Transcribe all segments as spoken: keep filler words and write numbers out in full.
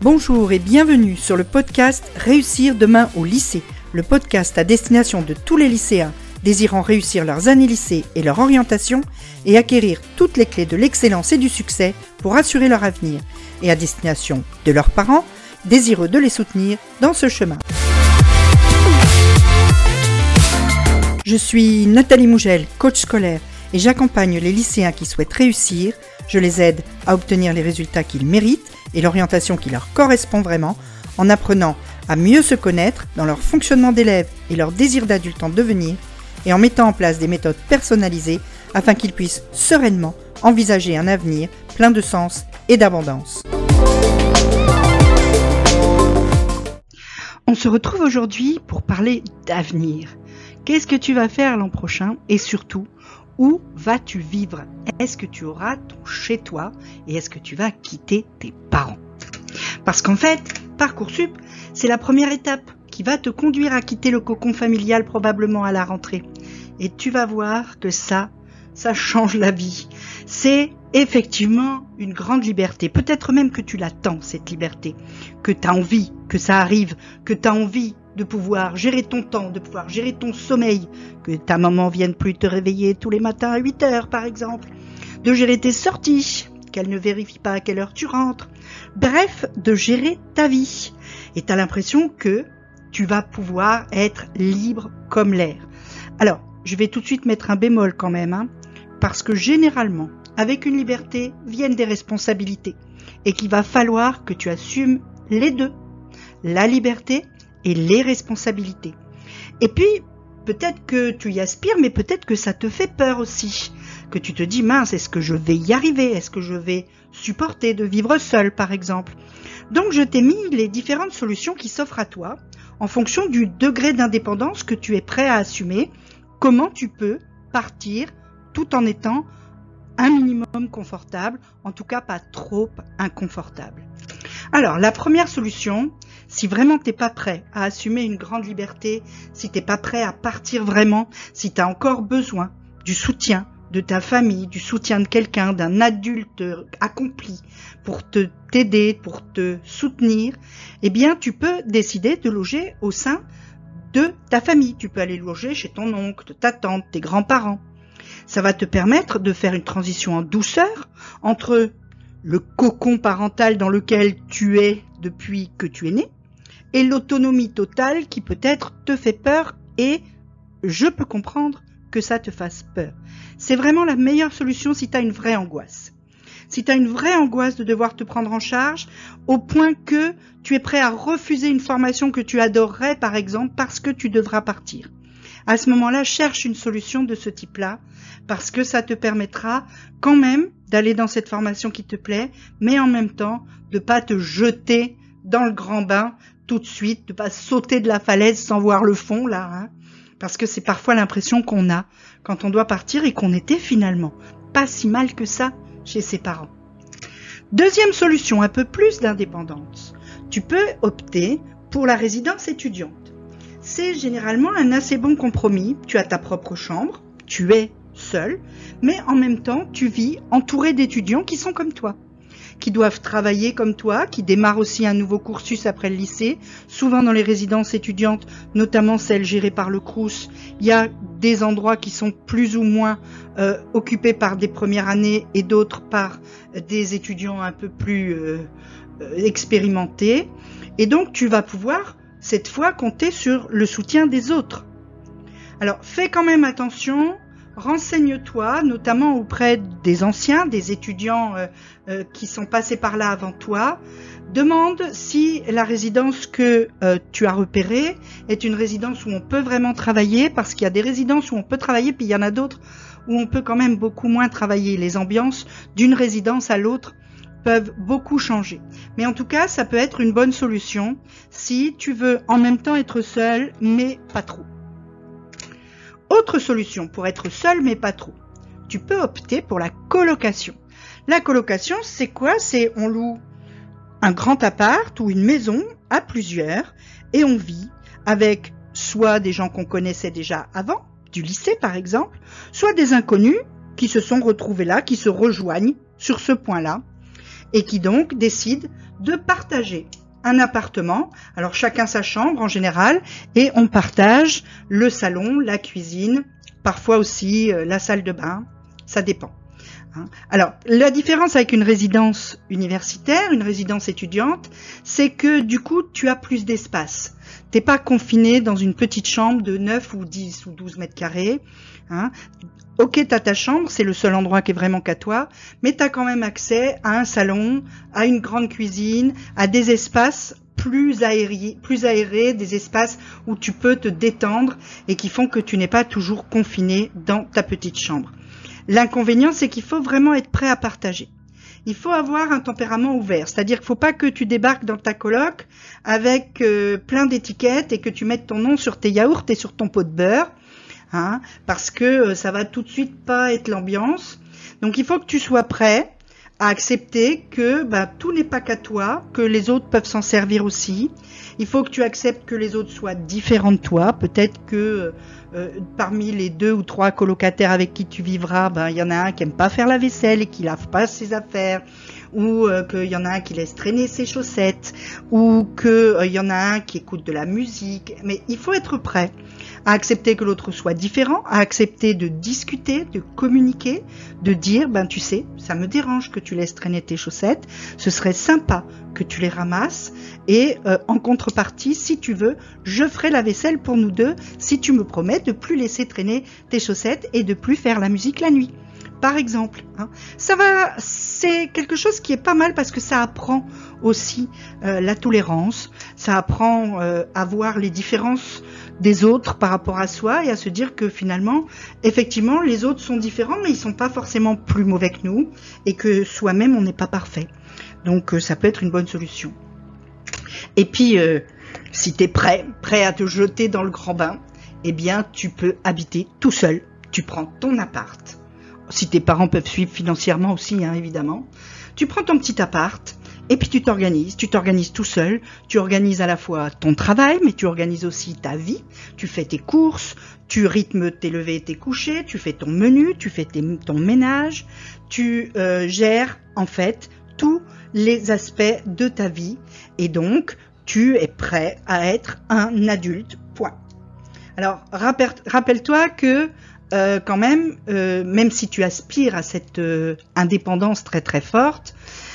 Bonjour et bienvenue sur le podcast Réussir demain au lycée, le podcast à destination de tous les lycéens désirant réussir leurs années lycée et leur orientation et acquérir toutes les clés de l'excellence et du succès pour assurer leur avenir, et à destination de leurs parents désireux de les soutenir dans ce chemin. Je suis Nathalie Mougel, coach scolaire, et j'accompagne les lycéens qui souhaitent réussir. Je les aide à obtenir les résultats qu'ils méritent et l'orientation qui leur correspond vraiment, en apprenant à mieux se connaître dans leur fonctionnement d'élève et leur désir d'adulte en devenir, et en mettant en place des méthodes personnalisées afin qu'ils puissent sereinement envisager un avenir plein de sens et d'abondance. On se retrouve aujourd'hui pour parler d'avenir. Qu'est-ce que tu vas faire l'an prochain et surtout, où vas-tu vivre? Est-ce que tu auras ton chez-toi et est-ce que tu vas quitter tes parents? Parce qu'en fait, Parcoursup, c'est la première étape qui va te conduire à quitter le cocon familial probablement à la rentrée. Et tu vas voir que ça, ça change la vie. C'est effectivement une grande liberté. Peut-être même que tu l'attends, cette liberté. Que tu as envie que ça arrive, que tu as envie de pouvoir gérer ton temps, de pouvoir gérer ton sommeil, que ta maman vienne plus te réveiller tous les matins à huit heures par exemple, de gérer tes sorties, qu'elle ne vérifie pas à quelle heure tu rentres, bref, de gérer ta vie. Et tu as l'impression que tu vas pouvoir être libre comme l'air. Alors, je vais tout de suite mettre un bémol quand même, hein, parce que généralement, avec une liberté viennent des responsabilités et qu'il va falloir que tu assumes les deux, la liberté et les responsabilités. Et puis, peut-être que tu y aspires, mais peut-être que ça te fait peur aussi. Que tu te dis, mince, est-ce que je vais y arriver? Est-ce que je vais supporter de vivre seul, par exemple? Donc, je t'ai mis les différentes solutions qui s'offrent à toi en fonction du degré d'indépendance que tu es prêt à assumer. Comment tu peux partir tout en étant un minimum confortable, en tout cas pas trop inconfortable. Alors, la première solution, si vraiment t'es pas prêt à assumer une grande liberté, si t'es pas prêt à partir vraiment, si tu as encore besoin du soutien de ta famille, du soutien de quelqu'un, d'un adulte accompli pour te t'aider, pour te soutenir, eh bien, tu peux décider de loger au sein de ta famille. Tu peux aller loger chez ton oncle, ta tante, tes grands-parents. Ça va te permettre de faire une transition en douceur entre le cocon parental dans lequel tu es depuis que tu es né et l'autonomie totale qui peut-être te fait peur, et je peux comprendre que ça te fasse peur. C'est vraiment la meilleure solution si tu as une vraie angoisse. Si tu as une vraie angoisse de devoir te prendre en charge au point que tu es prêt à refuser une formation que tu adorerais par exemple parce que tu devras partir. À ce moment-là, cherche une solution de ce type-là parce que ça te permettra quand même d'aller dans cette formation qui te plaît, mais en même temps de pas te jeter dans le grand bain tout de suite, de pas sauter de la falaise sans voir le fond là, hein, parce que c'est parfois l'impression qu'on a quand on doit partir et qu'on était finalement pas si mal que ça chez ses parents. Deuxième solution, un peu plus d'indépendance. Tu peux opter pour la résidence étudiante. C'est généralement un assez bon compromis. Tu as ta propre chambre, tu es seul, mais en même temps, tu vis entouré d'étudiants qui sont comme toi, qui doivent travailler comme toi, qui démarrent aussi un nouveau cursus après le lycée. Souvent dans les résidences étudiantes, notamment celles gérées par le Crous, il y a des endroits qui sont plus ou moins euh, occupés par des premières années et d'autres par des étudiants un peu plus euh, euh, expérimentés. Et donc tu vas pouvoir cette fois compter sur le soutien des autres. Alors fais quand même attention. Renseigne-toi, notamment auprès des anciens, des étudiants euh, euh, qui sont passés par là avant toi. Demande si la résidence que euh, tu as repérée est une résidence où on peut vraiment travailler, parce qu'il y a des résidences où on peut travailler, puis il y en a d'autres où on peut quand même beaucoup moins travailler. Les ambiances d'une résidence à l'autre peuvent beaucoup changer. Mais en tout cas, ça peut être une bonne solution si tu veux en même temps être seul, mais pas trop. Autre solution pour être seul mais pas trop, tu peux opter pour la colocation. La colocation, c'est quoi? C'est on loue un grand appart ou une maison à plusieurs et on vit avec soit des gens qu'on connaissait déjà avant, du lycée par exemple, soit des inconnus qui se sont retrouvés là, qui se rejoignent sur ce point-là et qui donc décident de partager un appartement. Alors chacun sa chambre en général et on partage le salon, la cuisine, parfois aussi euh, la salle de bain, ça dépend. Hein. Alors la différence avec une résidence universitaire, une résidence étudiante, c'est que du coup tu as plus d'espace. T'es pas confiné dans une petite chambre de neuf ou dix ou douze mètres carrés. Hein. Ok, t'as ta chambre, c'est le seul endroit qui est vraiment qu'à toi, mais t'as quand même accès à un salon, à une grande cuisine, à des espaces plus aérés, plus aérés, des espaces où tu peux te détendre et qui font que tu n'es pas toujours confiné dans ta petite chambre. L'inconvénient, c'est qu'il faut vraiment être prêt à partager. Il faut avoir un tempérament ouvert, c'est-à-dire qu'il ne faut pas que tu débarques dans ta coloc avec euh, plein d'étiquettes et que tu mettes ton nom sur tes yaourts et sur ton pot de beurre, hein, parce que euh, ça va tout de suite pas être l'ambiance. Donc il faut que tu sois prêt à accepter que bah, tout n'est pas qu'à toi, que les autres peuvent s'en servir aussi. Il faut que tu acceptes que les autres soient différents de toi. Peut-être que euh, parmi les deux ou trois colocataires avec qui tu vivras, ben, il y en a un qui aime pas faire la vaisselle et qui lave pas ses affaires, ou euh, qu'il y en a un qui laisse traîner ses chaussettes, ou qu'il euh, y en a un qui écoute de la musique. Mais il faut être prêt à accepter que l'autre soit différent, à accepter de discuter, de communiquer, de dire, ben tu sais, ça me dérange que tu laisses traîner tes chaussettes, ce serait sympa que tu les ramasses, et euh, en contrepartie, si tu veux, je ferai la vaisselle pour nous deux, si tu me promets de plus laisser traîner tes chaussettes et de plus faire la musique la nuit. Par exemple, hein. Ça va, c'est quelque chose qui est pas mal parce que ça apprend aussi euh, la tolérance, ça apprend euh, à voir les différences des autres par rapport à soi et à se dire que finalement, effectivement, les autres sont différents, mais ils sont pas forcément plus mauvais que nous et que soi-même on n'est pas parfait. Donc euh, ça peut être une bonne solution. Et puis, euh, si tu es prêt, prêt à te jeter dans le grand bain, eh bien, tu peux habiter tout seul. Tu prends ton appart. Si tes parents peuvent suivre financièrement aussi, hein, évidemment. Tu prends ton petit appart et puis tu t'organises. Tu t'organises tout seul. Tu organises à la fois ton travail, mais tu organises aussi ta vie. Tu fais tes courses, tu rythmes tes levées et tes couchers, tu fais ton menu, tu fais tes, ton ménage. Tu euh, gères, en fait, tous les aspects de ta vie. Et donc, tu es prêt à être un adulte, point. Alors, rappelle-toi que Euh, quand même, euh, même si tu aspires à cette euh, indépendance très très forte,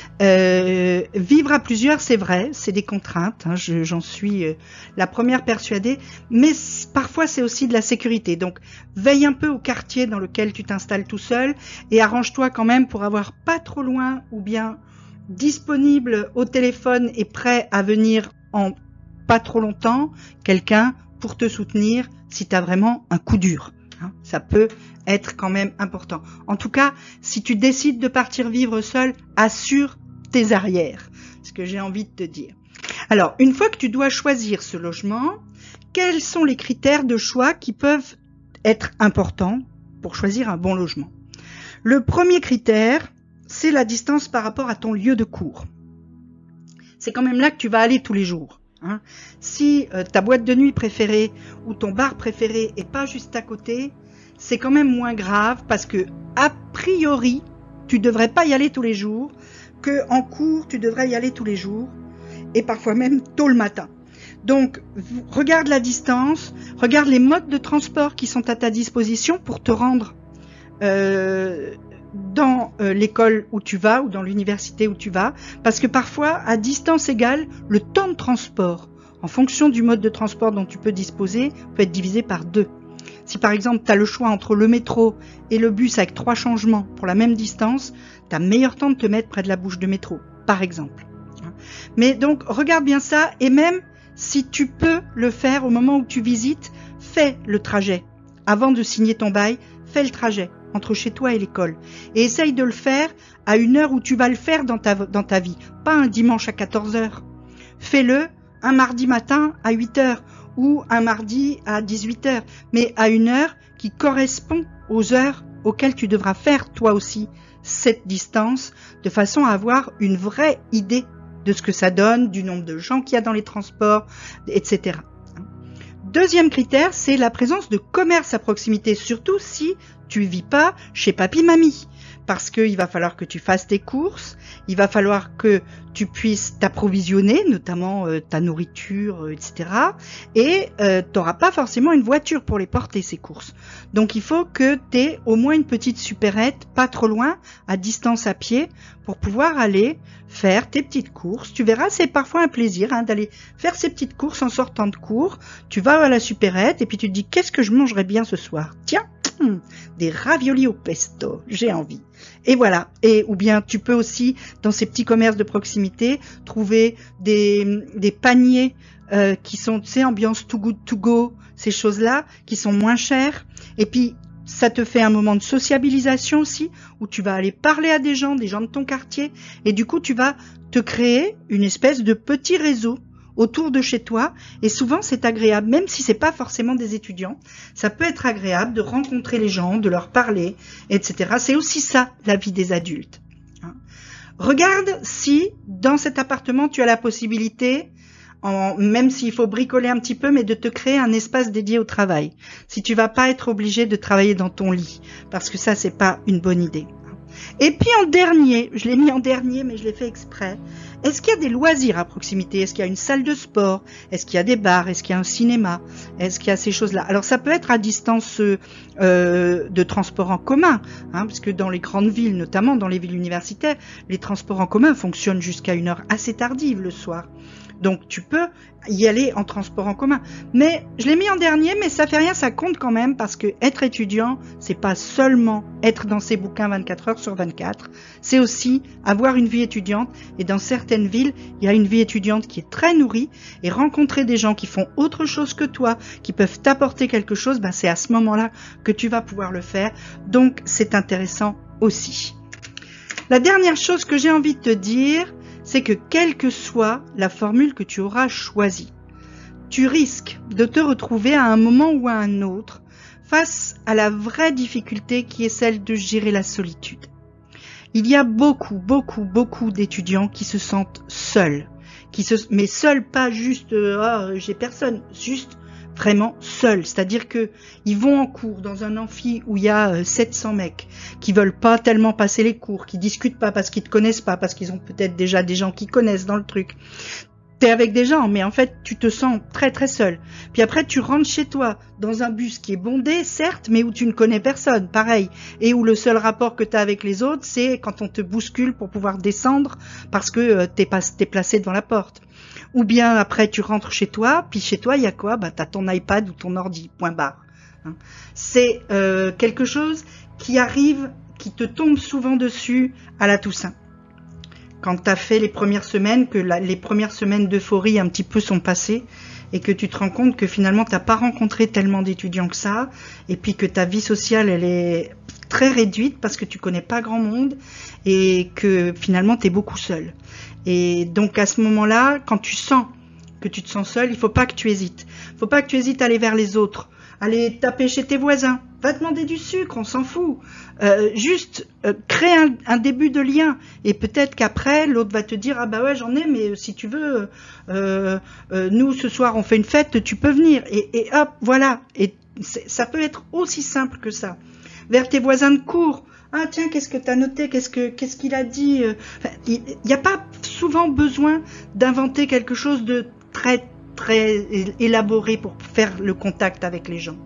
euh, vivre à plusieurs, c'est vrai, c'est des contraintes, hein, je, j'en suis euh, la première persuadée, mais c- parfois c'est aussi de la sécurité. Donc veille un peu au quartier dans lequel tu t'installes tout seul et arrange-toi quand même pour avoir pas trop loin ou bien disponible au téléphone et prêt à venir en pas trop longtemps, quelqu'un pour te soutenir si tu as vraiment un coup dur. Ça peut être quand même important. En tout cas, si tu décides de partir vivre seul, assure tes arrières. Ce que j'ai envie de te dire. Alors, une fois que tu dois choisir ce logement, quels sont les critères de choix qui peuvent être importants pour choisir un bon logement? Le premier critère, c'est la distance par rapport à ton lieu de cours. C'est quand même là que tu vas aller tous les jours. Hein. Si euh, ta boîte de nuit préférée ou ton bar préféré est pas juste à côté, c'est quand même moins grave parce que a priori tu devrais pas y aller tous les jours, que en cours tu devrais y aller tous les jours et parfois même tôt le matin. Donc regarde la distance, regarde les modes de transport qui sont à ta disposition pour te rendre euh, dans euh, l'école où tu vas ou dans l'université où tu vas, parce que parfois, à distance égale, le temps de transport, en fonction du mode de transport dont tu peux disposer, peut être divisé par deux. Si par exemple, tu as le choix entre le métro et le bus avec trois changements pour la même distance, tu as meilleur temps de te mettre près de la bouche de métro, par exemple. Mais donc, regarde bien ça, et même si tu peux le faire au moment où tu visites, fais le trajet. Avant de signer ton bail, fais le trajet entre chez toi et l'école. Et essaye de le faire à une heure où tu vas le faire dans ta, dans ta vie. Pas un dimanche à quatorze heures. Fais-le un mardi matin à huit heures ou un mardi à dix-huit heures. Mais à une heure qui correspond aux heures auxquelles tu devras faire toi aussi cette distance de façon à avoir une vraie idée de ce que ça donne, du nombre de gens qu'il y a dans les transports, et cetera. Deuxième critère, c'est la présence de commerce à proximité, surtout si tu vis pas chez papy-mamie. Parce qu'il va falloir que tu fasses tes courses, il va falloir que tu puisses t'approvisionner, notamment euh, ta nourriture, euh, et cetera. Et euh, tu n'auras pas forcément une voiture pour les porter, ces courses. Donc il faut que tu aies au moins une petite supérette, pas trop loin, à distance à pied, pour pouvoir aller faire tes petites courses. Tu verras, c'est parfois un plaisir hein, d'aller faire ces petites courses en sortant de cours. Tu vas à la supérette et puis tu te dis, qu'est-ce que je mangerais bien ce soir? Tiens, hum, des raviolis au pesto, j'ai envie. Et voilà. Et ou bien tu peux aussi, dans ces petits commerces de proximité, trouver des, des paniers euh, qui sont, tu sais, ambiance too good to go, ces choses-là, qui sont moins chères. Et puis, ça te fait un moment de sociabilisation aussi, où tu vas aller parler à des gens, des gens de ton quartier. Et du coup, tu vas te créer une espèce de petit réseau autour de chez toi, et souvent c'est agréable, même si c'est pas forcément des étudiants, ça peut être agréable de rencontrer les gens, de leur parler, et cetera. C'est aussi ça, la vie des adultes. Hein. Regarde si, dans cet appartement, tu as la possibilité, en, même s'il faut bricoler un petit peu, mais de te créer un espace dédié au travail. Si tu vas pas être obligé de travailler dans ton lit, parce que ça, c'est pas une bonne idée. Et puis en dernier, je l'ai mis en dernier, mais je l'ai fait exprès. Est-ce qu'il y a des loisirs à proximité? Est-ce qu'il y a une salle de sport? Est-ce qu'il y a des bars? Est-ce qu'il y a un cinéma? Est-ce qu'il y a ces choses-là? Alors ça peut être à distance euh, de transport en commun, hein, parce que dans les grandes villes, notamment dans les villes universitaires, les transports en commun fonctionnent jusqu'à une heure assez tardive le soir. Donc tu peux y aller en transport en commun. Mais je l'ai mis en dernier, mais ça fait rien, ça compte quand même, parce que être étudiant, c'est pas seulement être dans ses bouquins vingt-quatre heures sur vingt-quatre, c'est aussi avoir une vie étudiante. Et dans certaines villes, il y a une vie étudiante qui est très nourrie, et rencontrer des gens qui font autre chose que toi, qui peuvent t'apporter quelque chose, ben c'est à ce moment-là que tu vas pouvoir le faire. Donc c'est intéressant aussi. La dernière chose que j'ai envie de te dire, c'est que quelle que soit la formule que tu auras choisie, tu risques de te retrouver à un moment ou à un autre face à la vraie difficulté qui est celle de gérer la solitude. Il y a beaucoup, beaucoup, beaucoup d'étudiants qui se sentent seuls, qui se, mais seuls pas juste euh, ah, j'ai personne, juste vraiment seuls, c'est-à-dire que ils vont en cours dans un amphi où il y a euh, sept cents mecs qui veulent pas tellement passer les cours, qui discutent pas parce qu'ils te connaissent pas, parce qu'ils ont peut-être déjà des gens qui connaissent dans le truc. T'es avec des gens, mais en fait, tu te sens très très seul. Puis après, tu rentres chez toi dans un bus qui est bondé, certes, mais où tu ne connais personne, pareil. Et où le seul rapport que t'as avec les autres, c'est quand on te bouscule pour pouvoir descendre parce que euh, t'es pas, t'es placé devant la porte. Ou bien après, tu rentres chez toi, puis chez toi, il y a quoi? Bah, t'as ton iPad ou ton ordi, point barre. Hein. C'est euh, quelque chose qui arrive, qui te tombe souvent dessus à la Toussaint. Quand tu as fait les premières semaines, que la, les premières semaines d'euphorie un petit peu sont passées, et que tu te rends compte que finalement, tu n'as pas rencontré tellement d'étudiants que ça, et puis que ta vie sociale, elle est très réduite parce que tu connais pas grand monde, et que finalement, tu es beaucoup seul. Et donc, à ce moment-là, quand tu sens que tu te sens seul, il faut pas que tu hésites. Il faut pas que tu hésites à aller vers les autres, aller taper chez tes voisins, va demander du sucre, on s'en fout. Euh, juste euh, crée un, un début de lien, et peut-être qu'après l'autre va te dire ah bah ouais j'en ai, mais si tu veux, euh, euh, nous ce soir on fait une fête, tu peux venir. Et, et hop, voilà. Et ça peut être aussi simple que ça. Vers tes voisins de cours. Ah tiens, qu'est-ce que t'as noté, qu'est-ce que qu'est-ce qu'il a dit. Enfin, il n'y a pas souvent besoin d'inventer quelque chose de très très élaboré pour faire le contact avec les gens.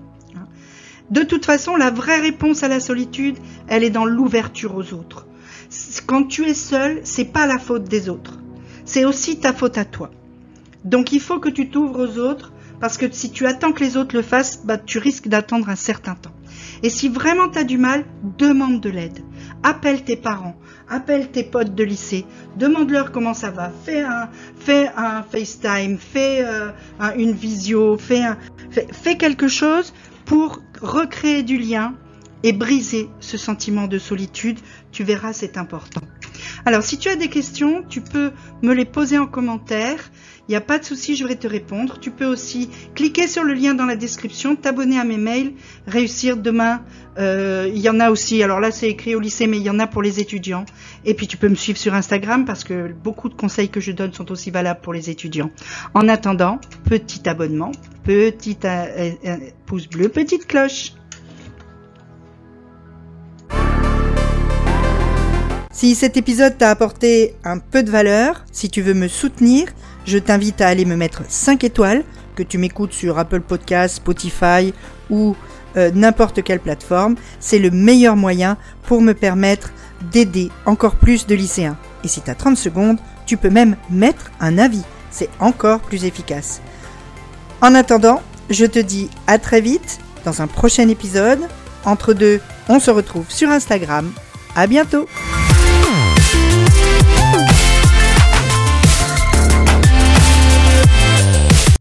De toute façon, la vraie réponse à la solitude, elle est dans l'ouverture aux autres. Quand tu es seul, c'est pas la faute des autres. C'est aussi ta faute à toi. Donc il faut que tu t'ouvres aux autres, parce que si tu attends que les autres le fassent, bah, tu risques d'attendre un certain temps. Et si vraiment tu as du mal, demande de l'aide. Appelle tes parents, appelle tes potes de lycée, demande-leur comment ça va. Fais un, fais un FaceTime, fais euh, un, une visio, fais, un, fais, fais quelque chose pour recréer du lien et briser ce sentiment de solitude. Tu verras, c'est important. Alors, si tu as des questions, tu peux me les poser en commentaire. Il n'y a pas de souci, je vais te répondre. Tu peux aussi cliquer sur le lien dans la description, t'abonner à mes mails, réussir demain. Euh, il y en a aussi, alors là c'est écrit au lycée, mais il y en a pour les étudiants. Et puis tu peux me suivre sur Instagram parce que beaucoup de conseils que je donne sont aussi valables pour les étudiants. En attendant, petit abonnement, petit euh, euh, pouce bleu, petite cloche. Si cet épisode t'a apporté un peu de valeur, si tu veux me soutenir, je t'invite à aller me mettre cinq étoiles, que tu m'écoutes sur Apple Podcasts, Spotify ou euh, n'importe quelle plateforme. C'est le meilleur moyen pour me permettre d'aider encore plus de lycéens. Et si tu as trente secondes, tu peux même mettre un avis. C'est encore plus efficace. En attendant, je te dis à très vite dans un prochain épisode. Entre deux, on se retrouve sur Instagram. À bientôt!